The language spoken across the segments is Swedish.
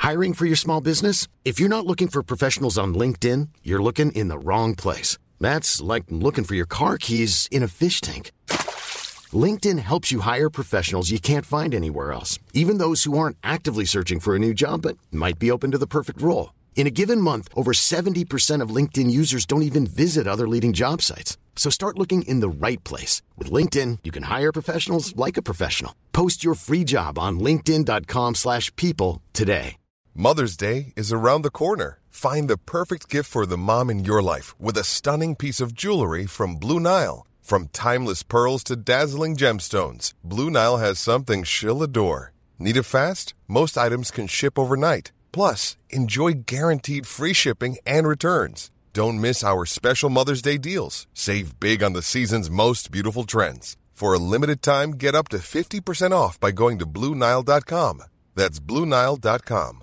Hiring for your small business? If you're not looking for professionals on LinkedIn, you're looking in the wrong place. That's like looking for your car keys in a fish tank. LinkedIn helps you hire professionals you can't find anywhere else, even those who aren't actively searching for a new job but might be open to the perfect role. In a given month, over 70% of LinkedIn users don't even visit other leading job sites. So start looking in the right place. With LinkedIn, you can hire professionals like a professional. Post your free job on linkedin.com/people today. Mother's Day is around the corner. Find the perfect gift for the mom in your life with a stunning piece of jewelry from Blue Nile. From timeless pearls to dazzling gemstones, Blue Nile has something she'll adore. Need it fast? Most items can ship overnight. Plus, enjoy guaranteed free shipping and returns. Don't miss our special Mother's Day deals. Save big on the season's most beautiful trends. For a limited time, get up to 50% off by going to BlueNile.com. That's BlueNile.com.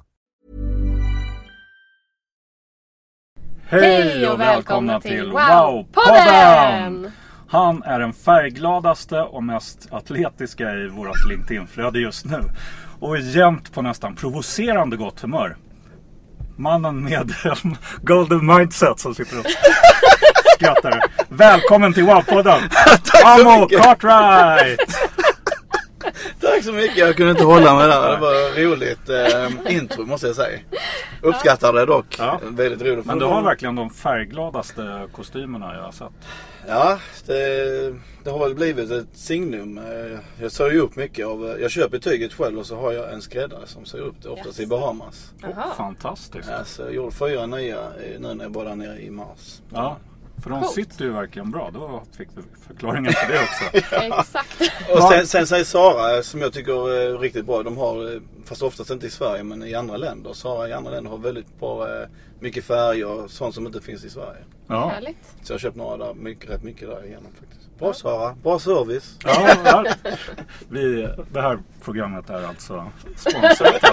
Hej och välkomna till Wow-podden! Han är den färggladaste och mest atletiska i vårt LinkedIn-flöde just nu. Och är jämt på nästan provocerande gott humör. Mannen med golden mindset som sitter och skrattar. Välkommen till Wow-podden! Amo Cartwright! Tack så mycket, jag kunde inte hålla mig där. Det var roligt intro måste jag säga. Uppskattar det dock. Ja. Väldigt roligt. Men du har verkligen de färggladaste kostymerna jag har sett. Ja, det har väl blivit ett signum. Jag ser ju upp mycket av, jag köper tyget själv och så har jag en skräddare som ser upp det oftast i Bahamas. Fantastiskt. Alltså, jag gjorde 4 nya nu när jag var där nere i mars. Ja. För de sitter ju verkligen bra. Då fick vi förklaringen till det också. Exakt. Och sen säger Sara, som jag tycker är riktigt bra. De har, fast oftast inte i Sverige men i andra länder. Sara i andra länder har väldigt bra, mycket färger och sånt som inte finns i Sverige. Ja. Härligt. Så jag har köpt några där, rätt mycket där igenom faktiskt. Bra Sara, bra service. Ja, det här programmet är alltså sponsrat.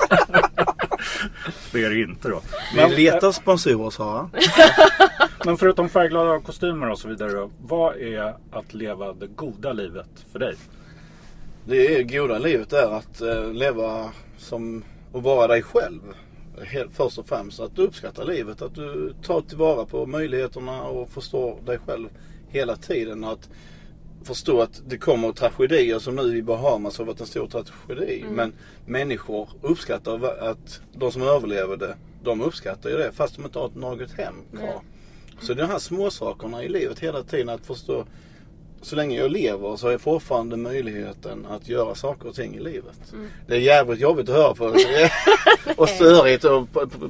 Det är det inte då. Vi letar sponsorer, Sara. Men förutom färgglada kostymer och så vidare, vad är att leva det goda livet för dig? Det är goda livet är att leva som och vara dig själv. Först och främst att du uppskattar livet, att du tar tillvara på möjligheterna och förstår dig själv hela tiden. Att förstå att det kommer tragedier som nu i Bahamas har varit en stor tragedi. Men människor uppskattar att de som överlever det, de uppskattar ju det fast de inte har något hem kvar. Så de här små sakerna i livet hela tiden att förstå, så länge jag lever så har jag fortfarande möjligheten att göra saker och ting i livet. Det är jävligt jobbigt att höra på och störigt och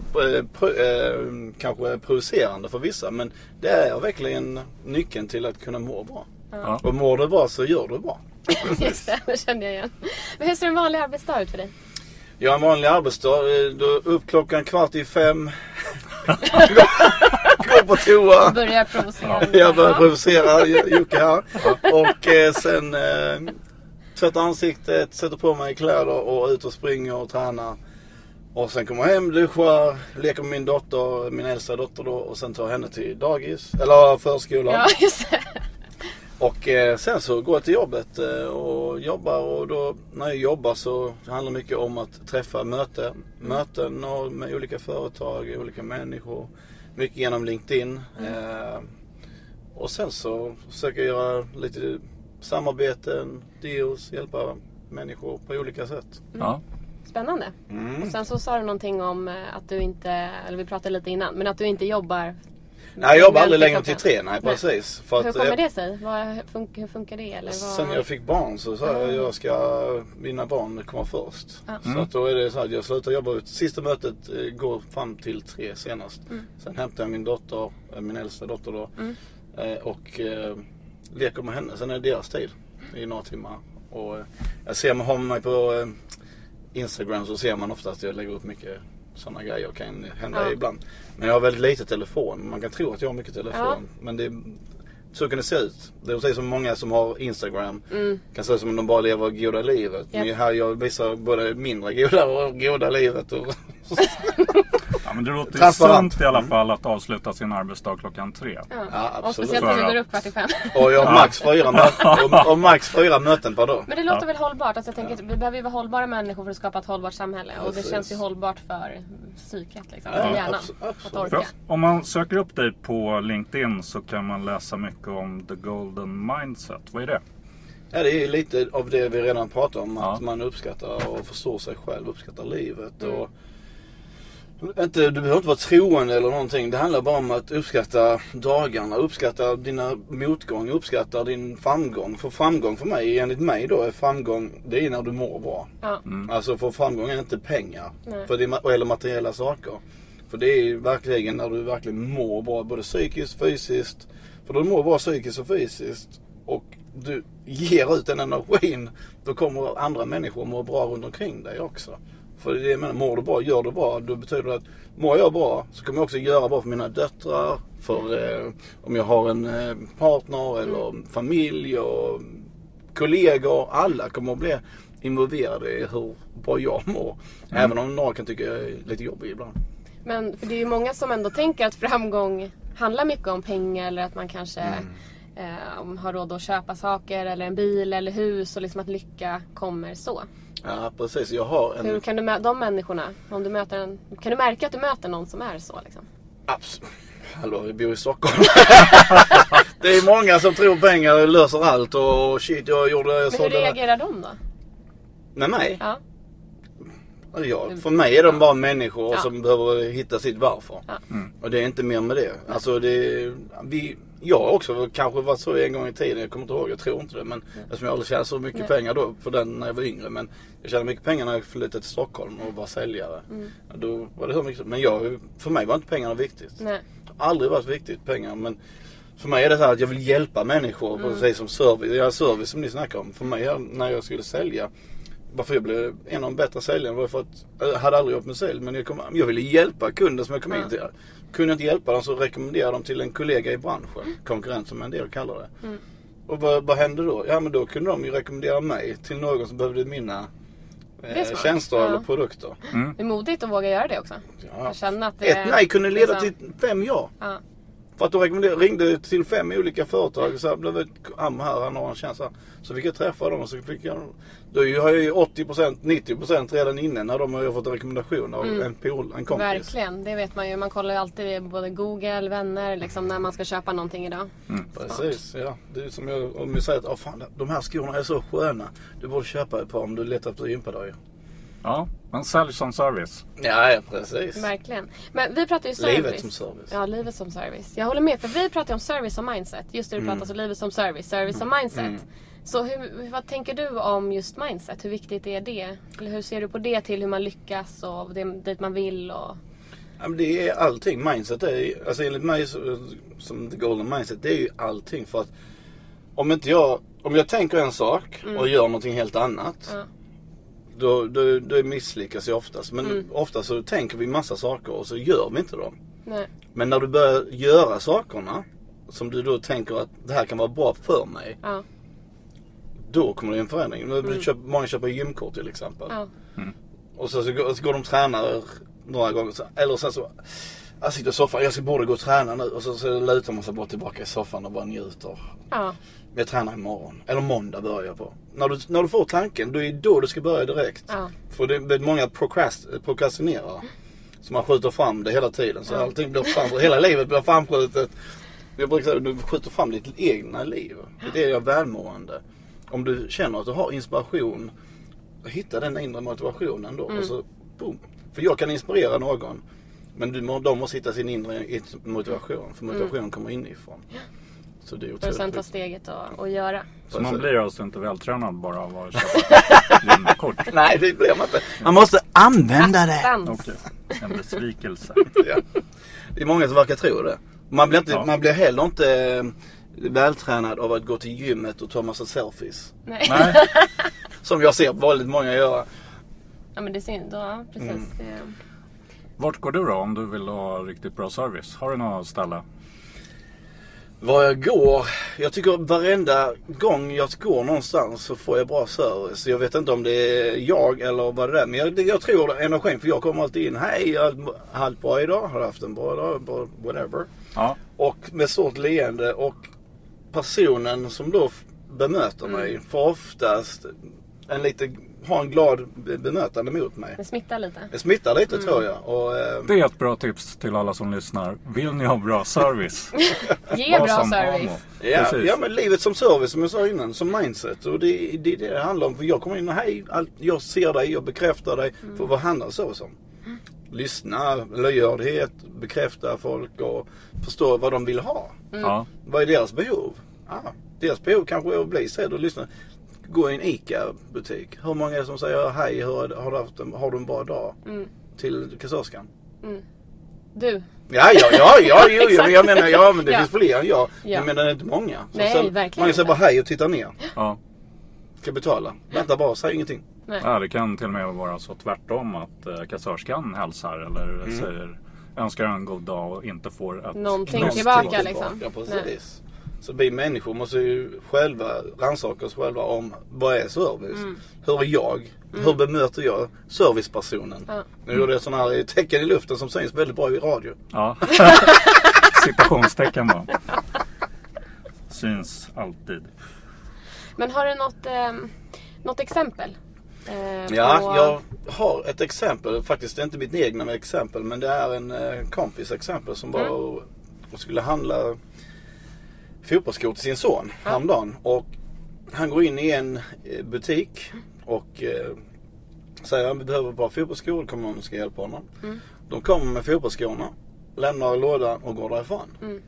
kanske provocerande för vissa, men det är verkligen nyckeln till att kunna må bra. Ja. Och mår du bra så gör du bra. Just det kände jag igen. Men hur ser en vanlig arbetsdag ut för dig? Ja, en vanlig arbetsdag, då upp 4:15. Gå på toa. Börjar provocera. Jag börjar provocera Jocke här. Och sen tvätta ansiktet, sätter på mig kläder och ut och springer och tränar. Och sen kommer jag hem, duschar, leker med min dotter, min äldsta dotter då. Och sen tar jag henne till dagis, eller förskolan. Ja, just det. Och sen så går jag till jobbet och jobbar, och då när jag jobbar så handlar det mycket om att träffa möten och med olika företag, olika människor, mycket genom LinkedIn. Och sen så försöker jag göra lite samarbeten, deals, hjälpa människor på olika sätt. Ja. Spännande. Och sen så sa du någonting om att du inte, eller vi pratade lite innan, men att du inte jobbar. Nej, jag jobbar aldrig längre till 3, nej precis. För hur kommer det sig? Hur funkar det? Eller sen jag fick barn så sa jag mina barn kommer först. Så att då är det så att jag slutar jobba ut. Sista mötet går fram till 3 senast. Sen hämtar jag min dotter, min äldsta dotter då. Och leker med henne. Sen är det deras tid i några timmar. Och jag ser mig på Instagram, så ser man ofta att jag lägger upp mycket sådana grejer, kan hända ibland. Men jag har väldigt lite telefon. Man kan tro att jag har mycket telefon. Men det, så kan det se ut. Det är som många som har Instagram. Kan se ut som om de bara lever goda livet. Men här jag visar både mindre goda och goda livet. Och Ja, men det låter ju sunt i alla fall att avsluta sin arbetsdag 3:00. Ja, absolut. Och speciellt när du går upp 4:45. Och jag har max 4 möten per dag. Men det låter väl hållbart? Alltså jag tänker att vi behöver ju vara hållbara människor för att skapa ett hållbart samhälle. Och det känns ju hållbart för psyket liksom, för hjärnan. Att orka. Om man söker upp dig på LinkedIn så kan man läsa mycket om The Golden Mindset. Vad är det? Ja, det är lite av det vi redan pratade om. Att man uppskattar och förstår sig själv, uppskattar livet. Och du behöver inte vara troende eller någonting. Det handlar bara om att uppskatta dagarna, uppskatta dina motgångar, uppskatta din framgång. För framgång för mig, enligt mig då, är framgång, det är när du mår bra. Alltså för framgång är inte pengar eller materiella saker. För det är verkligen när du verkligen mår bra, både psykiskt, fysiskt. För då du mår bra psykiskt och fysiskt och du ger ut den energin, då kommer andra människor må bra runt omkring dig också. För det menar, mår du bra, gör du bra, då betyder det att mår jag bra så kommer jag också göra bra för mina döttrar, för om jag har en partner eller familj och kollegor, alla kommer att bli involverade i hur bra jag mår. Även om några kan tycka jag är lite jobbig ibland. Men för det är ju många som ändå tänker att framgång handlar mycket om pengar, eller att man kanske har råd att köpa saker eller en bil eller hus, och liksom att lycka kommer så. Ja, precis. Jag har en... Hur kan du de människorna, om du möter kan du märka att du möter någon som är så liksom? Absolut. Hallå, vi bor i Stockholm. Det är många som tror pengar löser allt och shit, jag gjorde... Men hur reagerar de då? Med mig? Ja. Ja, för mig är de bara människor som behöver hitta sitt varför. Ja. Och det är inte mer med det. Alltså jag har också kanske varit så en gång i tiden, jag kommer inte ihåg, jag tror inte det. Men eftersom jag aldrig tjänade så mycket pengar då på den när jag var yngre. Men jag tjänade mycket pengar när jag flyttade till Stockholm och var säljare. Då var det hur mycket. Men för mig var inte pengarna viktigt. Nej. Aldrig varit viktigt pengar, men för mig är det så här att jag vill hjälpa människor, precis som service. Jag har service som ni snackar om. För mig när jag skulle sälja, varför jag blev en av de bättre säljarna var för att jag hade aldrig gjort med sälj, men jag ville hjälpa kunder som jag kom in till. Kunde jag inte hjälpa dem så rekommenderade dem till en kollega i branschen, konkurrent som en del kallar det. Och vad hände då? Ja, men då kunde de ju rekommendera mig till någon som behövde mina tjänster eller produkter. Det är modigt att våga göra det också. Ja. Jag känner att ett nej kunde leda till 5 ja. För att de ringde till 5 olika företag och sa han har en tjänst här. Så fick jag träffa dem och så fick jag... Då har jag ju 80%, 90% redan inne när de har fått en rekommendation av en kompis. Verkligen, det vet man ju. Man kollar ju alltid både Google, vänner, liksom när man ska köpa någonting idag. Precis, ja. Det är som om jag säger att fan, de här skorna är så sköna. Du borde köpa ett par om du letar efter gympadojor. Ja, man säljer som service. Ja, precis. Verkligen. Men vi pratar ju service. Livet som service. Ja, livet som service. Jag håller med, för vi pratar ju om service och mindset. Just det, du pratar så livet som service och mindset. Så vad tänker du om just mindset? Hur viktigt är det? Eller hur ser du på det till hur man lyckas och dit man vill? Och... Ja, men det är allting. Mindset är, alltså enligt mig som the golden mindset, det är ju allting. För att om jag tänker en sak och gör någonting helt annat, då misslyckas jag oftast. Men ofta så tänker vi massa saker och så gör vi inte dem. Nej. Men när du börjar göra sakerna som du då tänker att det här kan vara bra för mig, då kommer det en förändring. Många köper gymkort till exempel. Och så går de och tränar några gånger. Eller sen så, jag sitter i soffan, jag borde gå och träna nu. Och så lutar man sig bara tillbaka i soffan och bara njuter. Jag tränar imorgon. Eller måndag börjar jag på. När du får tanken, då är det då du ska börja direkt. För det är många prokrastinerar. Så man skjuter fram det hela tiden. Så allting blir framskjutet. Hela livet blir framskjutet. Jag brukar säga att du skjuter fram ditt egna liv. Det är jag välmående. Om du känner att du har inspiration, hitta den inre motivationen då. Och så, boom. För jag kan inspirera någon. Men de måste hitta sin inre motivation. För motivationen kommer inifrån. Så det är otroligt. Och sen ta steget och göra. Så man blir alltså inte vältränad bara av att köpa gymkort? Nej, det blir man inte. Man måste använda det. Okej. En besvikelse. Det är många som verkar tro det. Man blir heller inte vältränad av att gå till gymmet och ta massa selfies. Nej. Som jag ser väldigt många göra. Ja, men det är synd. Ja, precis. Vart går du då om du vill ha riktigt bra service? Har du några ställe? Var jag går, jag tycker varenda gång jag går någonstans så får jag bra service. Jag vet inte om det är jag eller vad det är, men jag tror det är energin, för jag kommer alltid in. Hej, allt bra idag, har haft en bra dag, whatever. Ja. Och med stort leende, och personen som då bemöter mig får oftast ha en glad bemötande mot mig. Det smittar lite. Det smittar lite tror jag. Och, det är ett bra tips till alla som lyssnar. Vill ni ha bra service? Ge bra service. Ja, men livet som service, som jag sa innan, som mindset. Och det är det handlar om. För jag kommer in och hej, jag ser dig, jag bekräftar dig. För vad handlar service om? Lyssna, lyhördhet, bekräfta folk och förstå vad de vill ha. Ja. Vad är deras behov? Deras behov kanske är att bli sedd och lyssna. Gå i en ICA-butik. Hur många är det som säger hej, har du en bra dag? Till kassörskan? Du. Ja, jag menar, men det finns fler än jag. Jag menar, det är inte många. Nej, verkligen man säger bara hej och tittar ner. Ja. Ska betala. Vänta bara, säg ingenting. Ja, det kan till och med vara så tvärtom att kassörskan hälsar eller säger önskar en god dag och inte får ett någonting tillbaka liksom. Ja, precis. Så vi människor måste ju själva rannsaka oss själva om vad är service? Hur är jag? Hur bemöter jag servicepersonen? Nu gjorde jag sådana här tecken i luften som syns väldigt bra i radio. Ja. Citationstecken bara. Syns alltid. Men har du något exempel? Jag har ett exempel. Faktiskt det är inte mitt egna exempel, men det är en kompis exempel som var och skulle handla fotbollsskor till sin son häromdagen. Och han går in i en butik och säger att vi behöver bara fotbollsskor. Kommer någon och ska hjälpa honom. De kommer med fotbollsskorna, lämnar lådan och går därifrån.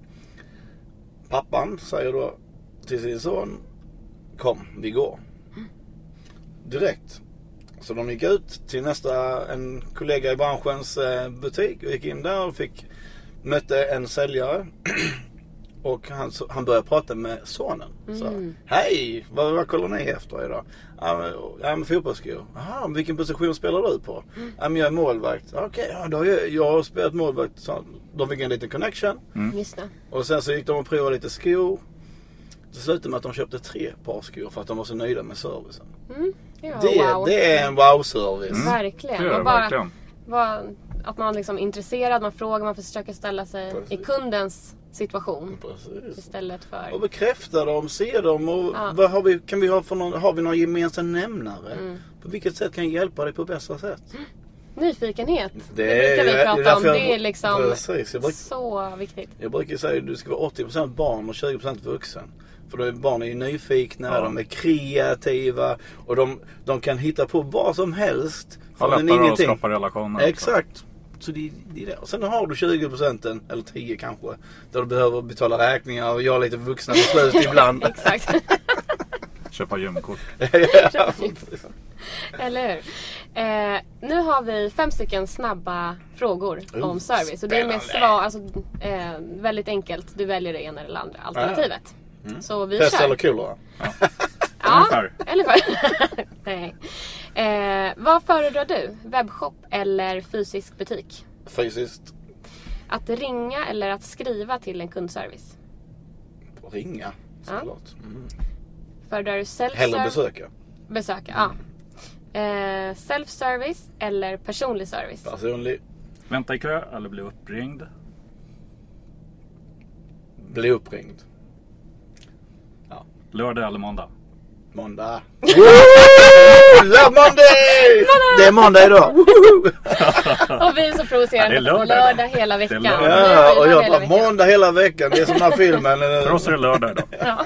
Pappan säger då till sin son: kom, vi går. Direkt. Så de gick ut till en kollega i branschens butik och gick in där och mötte en säljare. Och han började prata med sonen. Så, hej, vad kollar ni efter idag? Ja, med fotbollsskor. Jaha, vilken position spelar du på? Ja, men jag är målvakt. Okej, då jag har spelat målvakt. Så de fick en liten connection. Just det. Och sen så gick de och provade lite skor. Det slutade med att de köpte 3 par skor för att de var så nöjda med servicen. Ja, det är en wow-service. Verkligen. Det är verkligen. Att man liksom är intresserad, man frågar, man försöker ställa sig i kundens situation. Precis. Istället för... Och bekräfta dem, se dem och vad har vi några gemensamma nämnare? På vilket sätt kan jag hjälpa dig på bästa sätt? Nyfikenhet. Det brukar vi prata om. Det är liksom så viktigt. Jag brukar säga att du ska vara 80% barn och 20% vuxen. För barn är ju nyfikna, de är kreativa och de kan hitta på vad som helst. Har lättare att skapa relationer. Exakt. Så det är det. Och sen har du 20% eller 10 kanske, där du behöver betala räkningar och göra lite vuxna beslut ibland. Exakt. Köpa gymkort. Eller hur? Nu har vi 5 stycken snabba frågor om service. Och det är med svar, väldigt enkelt. Du väljer det ena eller andra alternativet. Så vi Pest kör. eller kolera? Ja, eller Nej. Vad föredrar du? Webbshop eller fysisk butik? Fysiskt. Att ringa eller att skriva till en kundservice? Ringa, såklart. Föredrar du self-service? Hellre besöka. Besöka, self-service eller personlig service? Personlig. Vänta i kö eller bli uppringd? Bli uppringd. Ja. Lördag eller måndag? Måndag. Monday! Det är måndag idag. Och vi är så provocerande. Lördag hela veckan. Ja, och jag bara måndag hela veckan. Det är som den här filmen. För oss är det lördag idag. Ja.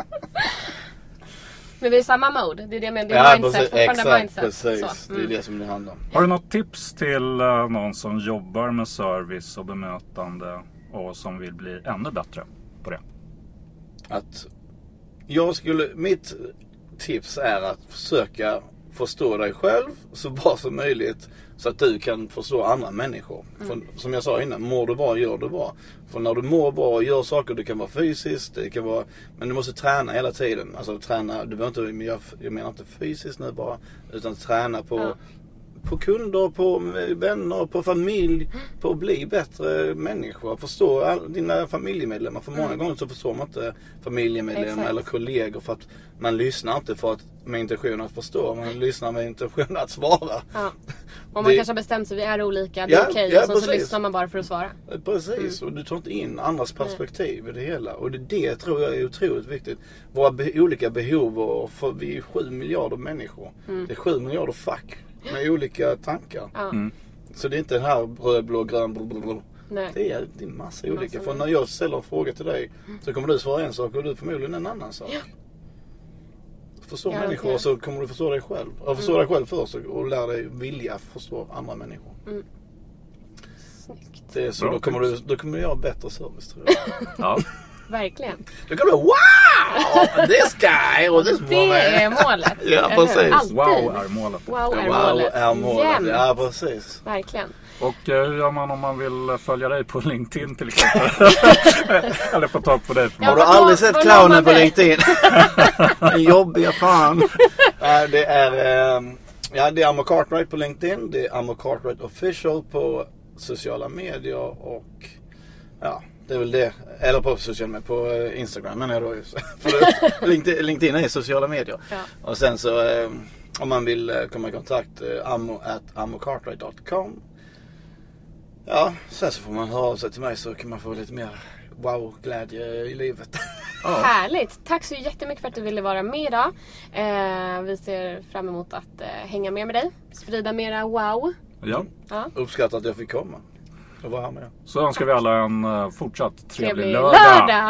Men vi är samma mode. Det är det med mindset. Exakt, precis. Det är det som det handlar om. Har du något tips till någon som jobbar med service och bemötande och som vill bli ännu bättre på det? Mitt tips är att försöka förstå dig själv så bra som möjligt så att du kan förstå andra människor. För, som jag sa innan, mår du bra, gör du bra. För när du mår bra och gör saker, det kan vara fysiskt, det kan vara, men du måste träna hela tiden. Alltså träna, du behöver inte, jag menar inte fysiskt nu bara, utan träna på kunder, på vänner, på familj, på att bli bättre människor. Förstå dina familjemedlemmar. För många gånger så förstår man inte familjemedlemmar eller kollegor för att man lyssnar inte med intention att förstå. Man lyssnar med intention att svara. Ja. Om man kanske har bestämt sig, vi är olika, det är okej. Och så lyssnar man bara för att svara. Precis, och du tar inte in andras perspektiv i det hela. Och det tror jag är otroligt viktigt. Våra olika behov, och för vi är 7 miljarder människor. Det är 7 miljarder fack med olika tankar. Så det är inte den här röd, blå, grön, blå. Det är massa olika. För när jag ställer en fråga till dig så kommer du svara en sak och du förmodligen en annan sak. Ja. Förstå människor så kommer du förstå dig själv. Och förstå dig själv först och lära dig vilja förstå andra människor. Snyggt. Det är så då kommer du göra bättre service, tror jag. Ja. Verkligen. Då kommer du wow! This guy och this woman. Det är målet. Ja, precis. Wow är målet. Wow är målet. Ja, precis. Verkligen. Och hur gör man om man vill följa dig på LinkedIn till exempel? Eller få tag på dig. Har du aldrig sett clownen på LinkedIn? Jobbiga fan. Det är Amo Cartwright på LinkedIn. Det är Amo Cartwright Official på sociala medier. Och ja, det är väl det. Eller på sociala medier, på Instagram. Men då för LinkedIn är sociala medier. Ja. Och sen så om man vill komma i kontakt, amo@amocartwright.com. Ja, sen så får man höra av sig till mig så kan man få lite mer wow-glädje i livet. Härligt! Tack så jättemycket för att du ville vara med idag. Vi ser fram emot att hänga med dig. Sprida mera wow. Ja. Uppskattar att jag fick komma och vara här med. Så önskar vi alla en fortsatt trevlig lördag.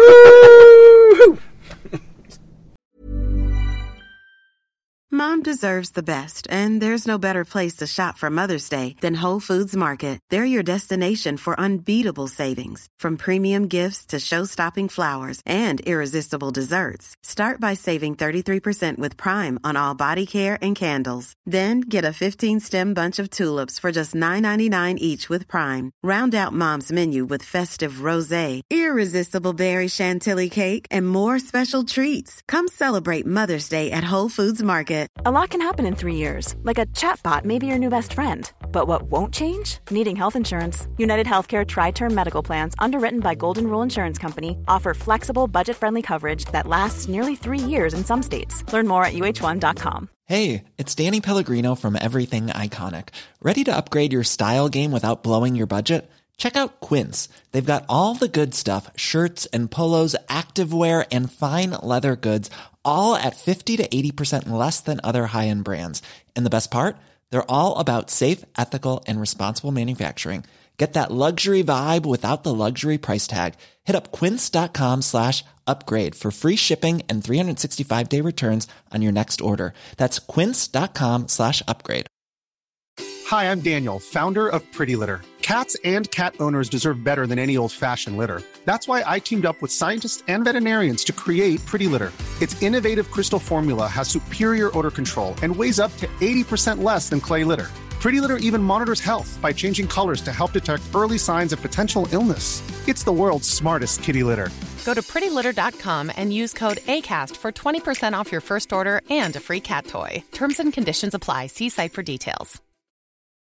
Mom deserves the best, and there's no better place to shop for Mother's Day than Whole Foods Market. They're your destination for unbeatable savings, from premium gifts to show-stopping flowers and irresistible desserts. Start by saving 33% with Prime on all body care and candles. Then get a 15-stem bunch of tulips for just $9.99 each with Prime. Round out Mom's menu with festive rosé, irresistible berry chantilly cake, and more special treats. Come celebrate Mother's Day at Whole Foods Market. A lot can happen in 3 years, like a chatbot may be your new best friend. But what won't change? Needing health insurance. United Healthcare Tri-Term Medical Plans, underwritten by Golden Rule Insurance Company, offer flexible, budget-friendly coverage that lasts nearly 3 years in some states. Learn more at uh1.com. Hey, it's Danny Pellegrino from Everything Iconic. Ready to upgrade your style game without blowing your budget? Check out Quince. They've got all the good stuff, shirts and polos, activewear, and fine leather goods, all at 50 to 80% less than other high-end brands. And the best part? They're all about safe, ethical, and responsible manufacturing. Get that luxury vibe without the luxury price tag. Hit up quince.com/upgrade for free shipping and 365-day returns on your next order. That's quince.com/upgrade. Hi, I'm Daniel, founder of Pretty Litter. Cats and cat owners deserve better than any old-fashioned litter. That's why I teamed up with scientists and veterinarians to create Pretty Litter. Its innovative crystal formula has superior odor control and weighs up to 80% less than clay litter. Pretty Litter even monitors health by changing colors to help detect early signs of potential illness. It's the world's smartest kitty litter. Go to prettylitter.com and use code ACAST for 20% off your first order and a free cat toy. Terms and conditions apply. See site for details.